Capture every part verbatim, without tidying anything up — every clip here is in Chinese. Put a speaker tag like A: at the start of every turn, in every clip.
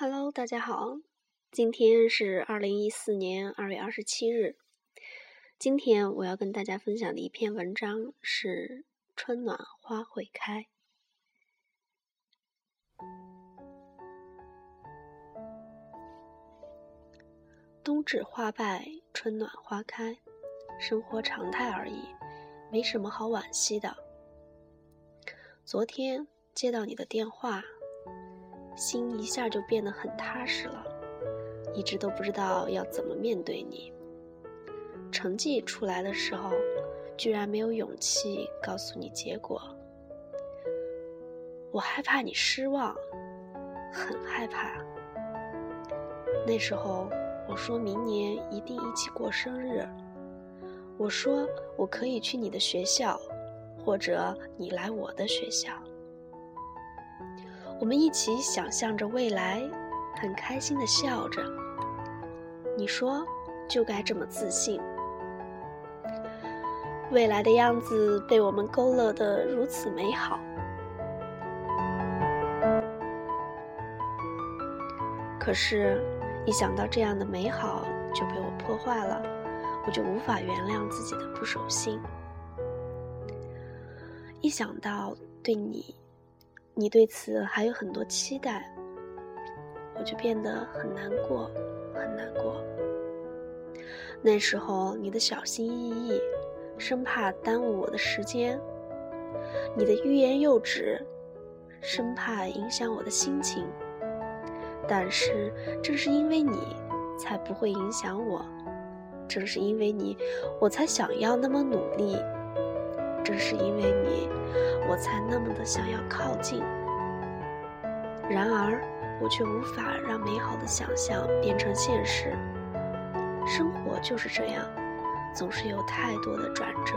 A: Hello， 大家好，今天是二零一四年二月二十七日。今天我要跟大家分享的一篇文章是春暖花会开。冬至花败，春暖花开，生活常态而已，没什么好惋惜的。昨天接到你的电话，心一下就变得很踏实了，一直都不知道要怎么面对你。成绩出来的时候，居然没有勇气告诉你结果。我害怕你失望，很害怕。那时候我说明年一定一起过生日，我说我可以去你的学校，或者你来我的学校，我们一起想象着未来，很开心地笑着。你说就该这么自信。未来的样子被我们勾勒得如此美好，可是一想到这样的美好就被我破坏了，我就无法原谅自己的不守信。一想到对你你对此还有很多期待，我就变得很难过很难过。那时候你的小心翼翼，生怕耽误我的时间，你的欲言又止，生怕影响我的心情。但是正是因为你才不会影响我，正是因为你我才想要那么努力，正是因为你我才那么的想要靠近。然而我却无法让美好的想象变成现实。生活就是这样，总是有太多的转折。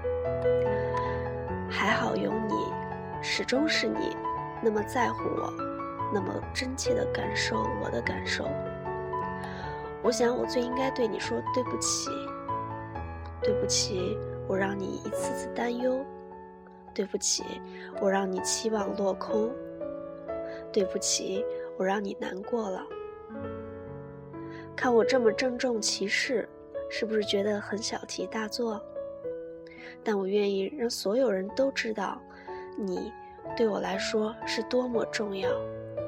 A: 还好有你，始终是你那么在乎我，那么真切地感受我的感受。我想我最应该对你说对不起，对不起我让你一次次担忧，对不起我让你期望落空，对不起我让你难过了。看我这么郑重其事，是不是觉得很小题大做？但我愿意让所有人都知道，你对我来说是多么重要。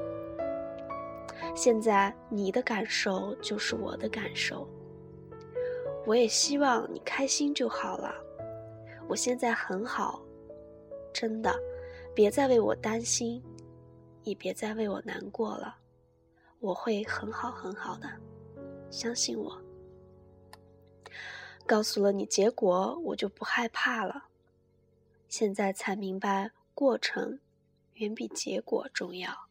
A: 现在你的感受就是我的感受，我也希望你开心就好了。我现在很好，真的，别再为我担心，也别再为我难过了，我会很好很好的，相信我。告诉了你结果，我就不害怕了。现在才明白，过程远比结果重要。